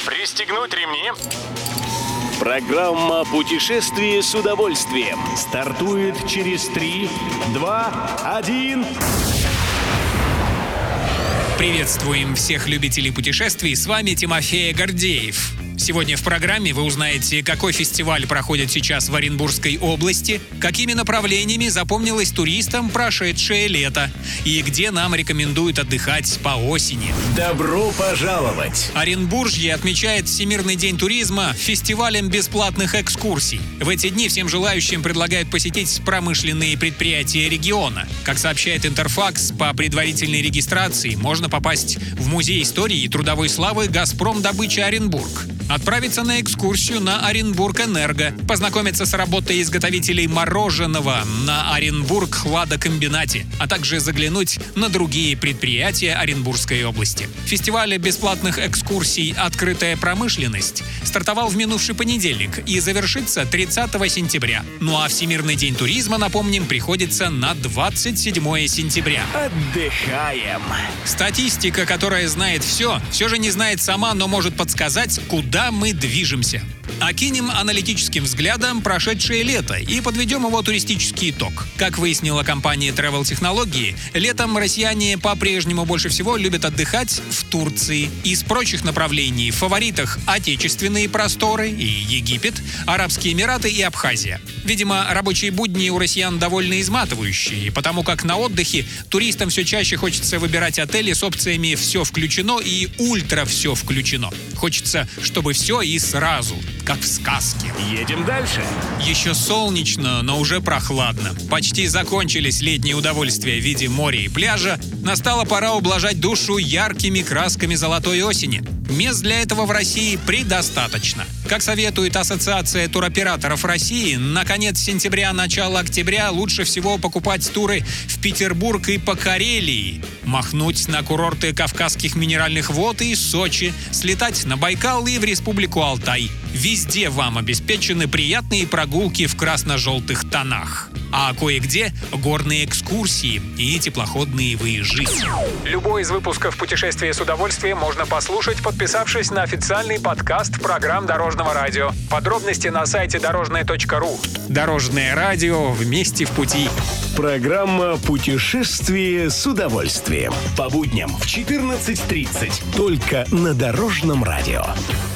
Пристегнуть ремни. Программа «Путешествие с удовольствием» стартует через 3, 2, 1... Приветствуем всех любителей путешествий, с вами Тимофей Гордеев. Сегодня в программе вы узнаете, какой фестиваль проходит сейчас в Оренбургской области, какими направлениями запомнилось туристам прошедшее лето и где нам рекомендуют отдыхать по осени. Добро пожаловать! Оренбуржье отмечает Всемирный день туризма фестивалем бесплатных экскурсий. В эти дни всем желающим предлагают посетить промышленные предприятия региона. Как сообщает Интерфакс, по предварительной регистрации можно попасть в Музей истории и трудовой славы «Газпромдобыча Оренбург», отправиться на экскурсию на Оренбург-Энерго, познакомиться с работой изготовителей мороженого на Оренбург-хладокомбинате, а также заглянуть на другие предприятия Оренбургской области. Фестиваль бесплатных экскурсий «Открытая промышленность» стартовал в минувший понедельник и завершится 30 сентября. Ну а Всемирный день туризма, напомним, приходится на 27 сентября. Отдыхаем! Статистика, которая знает все же не знает сама, но может подсказать, куда мы движемся. Окинем аналитическим взглядом прошедшее лето и подведем его туристический итог. Как выяснила компания Travel Технологии, летом россияне по-прежнему больше всего любят отдыхать в Турции. Из прочих направлений в фаворитах отечественные просторы и Египет, Арабские Эмираты и Абхазия. Видимо, рабочие будни у россиян довольно изматывающие, потому как на отдыхе туристам все чаще хочется выбирать отели с опциями «все включено» и «ультра все включено». Хочется, чтобы все и сразу, как в сказке. Едем дальше. Еще солнечно, но уже прохладно. Почти закончились летние удовольствия в виде моря и пляжа. Настала пора ублажать душу яркими красками золотой осени. Мест для этого в России предостаточно. Как советует Ассоциация туроператоров России, на конец сентября, начало октября лучше всего покупать туры в Петербург и по Карелии, махнуть на курорты Кавказских минеральных вод и Сочи, слетать на Байкал и в Республику Алтай. Везде вам обеспечены приятные прогулки в красно-желтых тонах. А кое-где горные экскурсии и теплоходные выезжи. Любой из выпусков «Путешествия с удовольствием» можно послушать, подписавшись на официальный подкаст программ Дорожного радио. Подробности на сайте дорожное.ру. Дорожное радио, вместе в пути. Программа «Путешествие с удовольствием». По будням в 14:30. Только на Дорожном радио.